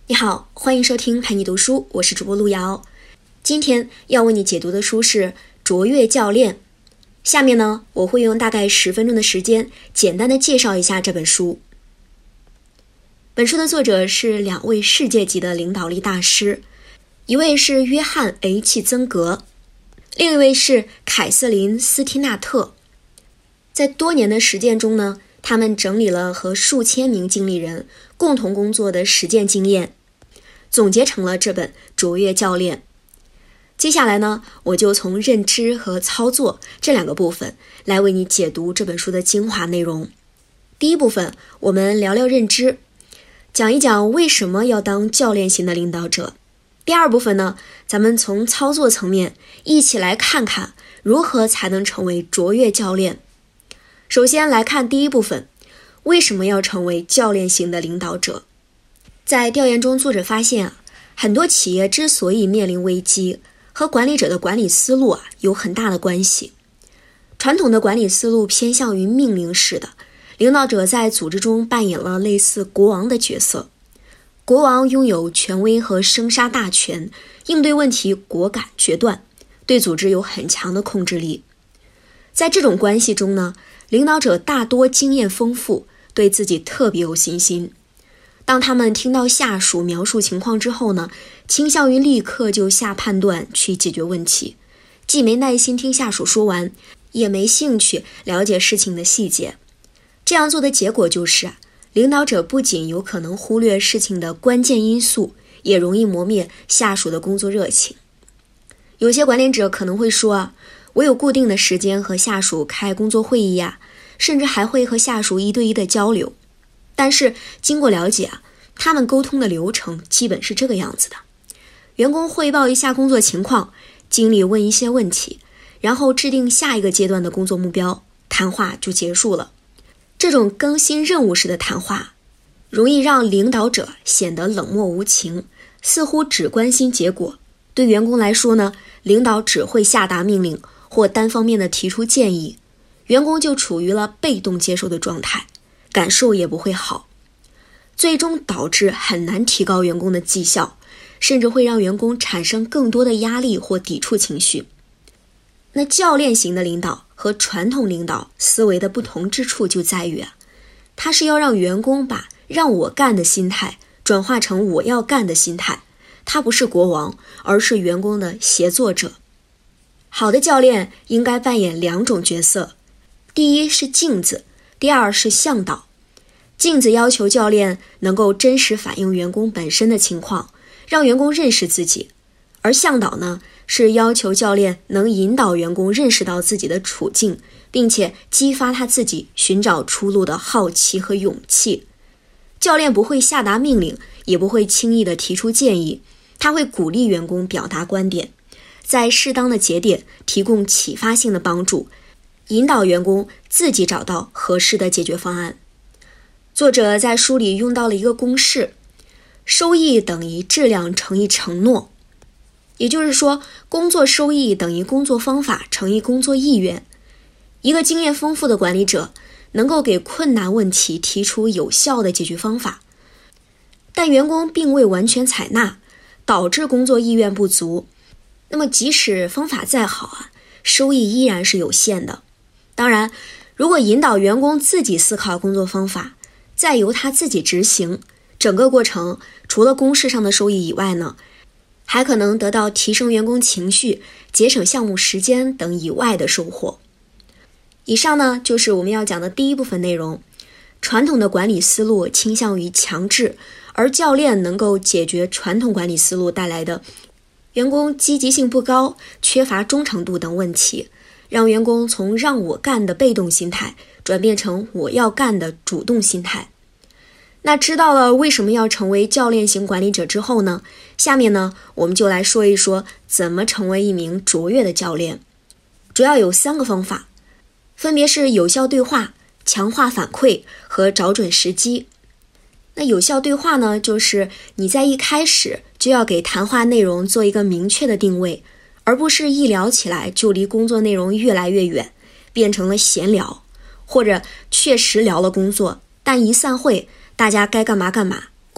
你好，欢迎收听陪你读书，我是主播路遥。今天要为你解读的书是《卓越教练》。下面呢，我会用大概10分钟的时间，简单的介绍一下这本书。本书的作者是2位世界级的领导力大师，一位是约翰 H 曾格，另一位是凯瑟琳斯汀纳特。在多年的实践中呢，他们整理了和数千名经理人共同工作的实践经验，总结成了这本《卓越教练》。接下来呢，我就从认知和操作这2个部分来为你解读这本书的精华内容。第一部分，我们聊聊认知，讲一讲为什么要当教练型的领导者。第二部分呢，咱们从操作层面一起来看看如何才能成为卓越教练。首先来看第一部分，为什么要成为教练型的领导者？在调研中，作者发现很多企业之所以面临危机，和管理者的管理思路有很大的关系。传统的管理思路偏向于命令式的，领导者在组织中扮演了类似国王的角色。国王拥有权威和生杀大权，应对问题果敢决断，对组织有很强的控制力。在这种关系中呢，领导者大多经验丰富，对自己特别有信心。当他们听到下属描述情况之后呢，倾向于立刻就下判断去解决问题，既没耐心听下属说完，也没兴趣了解事情的细节。这样做的结果就是领导者不仅有可能忽略事情的关键因素，也容易磨灭下属的工作热情。有些管理者可能会说我有固定的时间和下属开工作会议甚至还会和下属1对1的交流。但是经过了解他们沟通的流程基本是这个样子的：员工汇报一下工作情况，经理问一些问题，然后制定下一个阶段的工作目标，谈话就结束了。这种更新任务式的谈话，容易让领导者显得冷漠无情，似乎只关心结果。对员工来说呢，领导只会下达命令或单方面的提出建议，员工就处于了被动接受的状态，感受也不会好，最终导致很难提高员工的绩效，甚至会让员工产生更多的压力或抵触情绪。那教练型的领导和传统领导思维的不同之处就在于他是要让员工把让我干的心态转化成我要干的心态，他不是国王，而是员工的协作者。好的教练应该扮演2种角色，第一是镜子，第二是向导。镜子要求教练能够真实反映员工本身的情况，让员工认识自己，而向导呢，是要求教练能引导员工认识到自己的处境，并且激发他自己寻找出路的好奇和勇气。教练不会下达命令，也不会轻易的提出建议，他会鼓励员工表达观点，在适当的节点提供启发性的帮助，引导员工自己找到合适的解决方案。作者在书里用到了一个公式：收益等于质量乘以承诺。也就是说，工作收益等于工作方法乘以工作意愿。一个经验丰富的管理者能够给困难问题提出有效的解决方法，但员工并未完全采纳，导致工作意愿不足，那么即使方法再好收益依然是有限的。当然，如果引导员工自己思考工作方法，再由他自己执行，整个过程除了公式上的收益以外呢，还可能得到提升员工情绪、节省项目时间等以外的收获。以上呢，就是我们要讲的第一部分内容。传统的管理思路倾向于强制，而教练能够解决传统管理思路带来的员工积极性不高、缺乏忠诚度等问题，让员工从让我干的被动心态转变成我要干的主动心态。那知道了为什么要成为教练型管理者之后呢，下面呢，我们就来说一说怎么成为一名卓越的教练。主要有3个方法，分别是有效对话、强化反馈和找准时机。那有效对话呢，就是你在一开始就要给谈话内容做一个明确的定位，而不是一聊起来就离工作内容越来越远，变成了闲聊，或者确实聊了工作，但一散会大家该干嘛干嘛，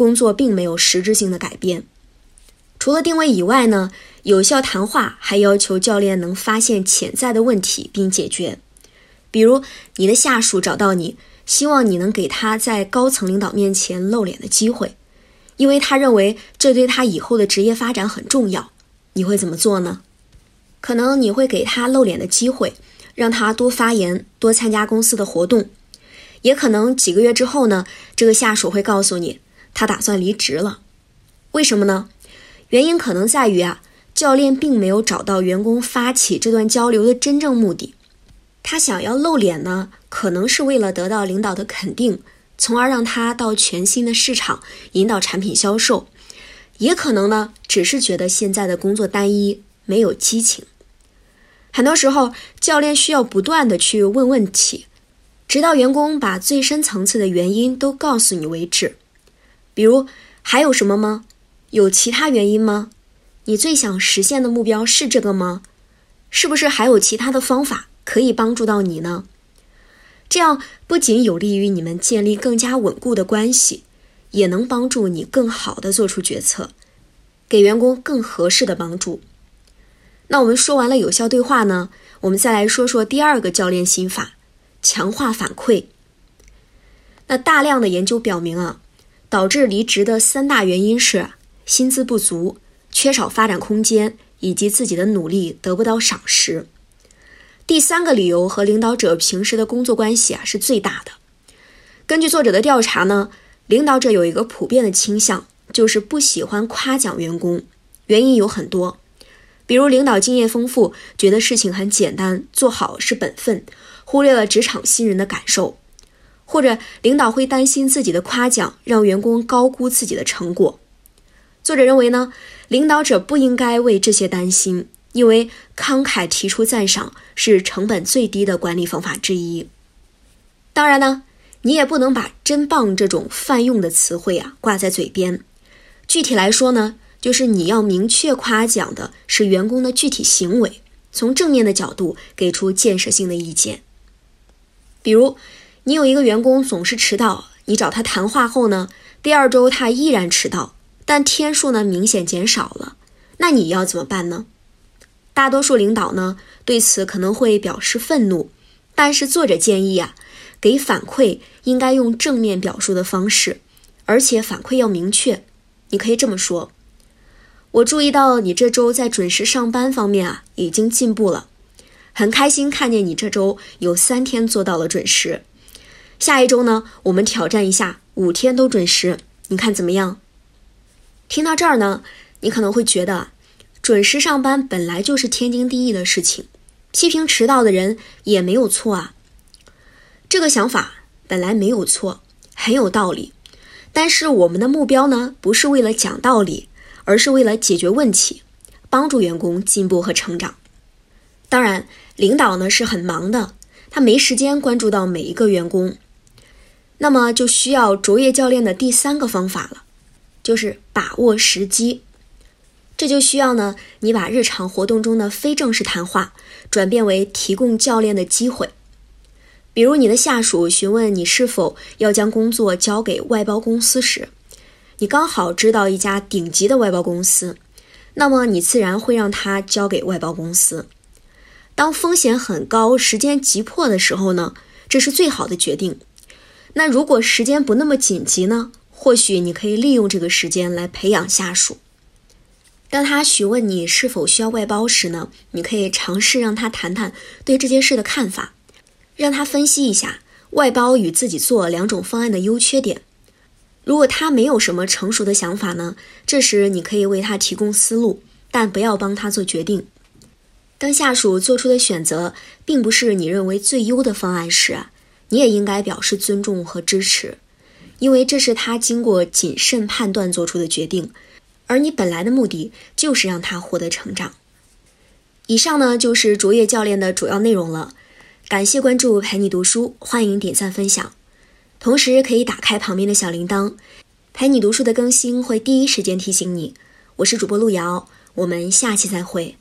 工作并没有实质性的改变。除了定位以外呢，有效谈话还要求教练能发现潜在的问题并解决。比如你的下属找到你，希望你能给他在高层领导面前露脸的机会，因为他认为这对他以后的职业发展很重要。你会怎么做呢？可能你会给他露脸的机会，让他多发言，多参加公司的活动。也可能几个月之后呢，这个下属会告诉你，他打算离职了。为什么呢？原因可能在于教练并没有找到员工发起这段交流的真正目的。他想要露脸呢，可能是为了得到领导的肯定，从而让他到全新的市场引导产品销售。也可能呢，只是觉得现在的工作单一，没有激情。很多时候，教练需要不断的去问问题，直到员工把最深层次的原因都告诉你为止。比如，还有什么吗？有其他原因吗？你最想实现的目标是这个吗？是不是还有其他的方法可以帮助到你呢？这样不仅有利于你们建立更加稳固的关系，也能帮助你更好地做出决策，给员工更合适的帮助。那我们说完了有效对话呢，我们再来说说第二个教练心法，强化反馈。那大量的研究表明导致离职的3大原因是薪资不足、缺少发展空间，以及自己的努力得不到赏识。第3个理由和领导者平时的工作关系是最大的。根据作者的调查呢，领导者有一个普遍的倾向，就是不喜欢夸奖员工，原因有很多。比如领导经验丰富，觉得事情很简单，做好是本分，忽略了职场新人的感受。或者领导会担心自己的夸奖让员工高估自己的成果。作者认为呢，领导者不应该为这些担心，因为慷慨提出赞赏是成本最低的管理方法之一。当然呢，你也不能把真棒这种泛用的词汇挂在嘴边。具体来说呢，就是你要明确夸奖的是员工的具体行为，从正面的角度给出建设性的意见。比如你有一个员工总是迟到，你找他谈话后呢，第2周他依然迟到，但天数呢明显减少了，那你要怎么办呢？大多数领导呢对此可能会表示愤怒，但是作者建议给反馈应该用正面表述的方式，而且反馈要明确。你可以这么说：我注意到你这周在准时上班方面已经进步了，很开心看见你这周有3天做到了准时。下一周呢，我们挑战一下5天都准时，你看怎么样？听到这儿呢，你可能会觉得准时上班本来就是天经地义的事情，批评迟到的人也没有错这个想法本来没有错，很有道理。但是我们的目标呢，不是为了讲道理，而是为了解决问题，帮助员工进步和成长。当然，领导呢是很忙的，他没时间关注到每一个员工。那么就需要卓越教练的第3个方法了，就是把握时机。这就需要呢，你把日常活动中的非正式谈话转变为提供教练的机会。比如你的下属询问你是否要将工作交给外包公司时，你刚好知道一家顶级的外包公司，那么你自然会让他交给外包公司。当风险很高、时间急迫的时候呢，这是最好的决定。那如果时间不那么紧急呢，或许你可以利用这个时间来培养下属。当他询问你是否需要外包时呢，你可以尝试让他谈谈对这件事的看法，让他分析一下外包与自己做2种方案的优缺点。如果他没有什么成熟的想法呢，这时你可以为他提供思路，但不要帮他做决定。当下属做出的选择并不是你认为最优的方案时你也应该表示尊重和支持，因为这是他经过谨慎判断做出的决定，而你本来的目的就是让他获得成长。以上呢就是卓越教练的主要内容了，感谢关注陪你读书，欢迎点赞分享，同时可以打开旁边的小铃铛，陪你读书的更新会第一时间提醒你。我是主播路遥，我们下期再会。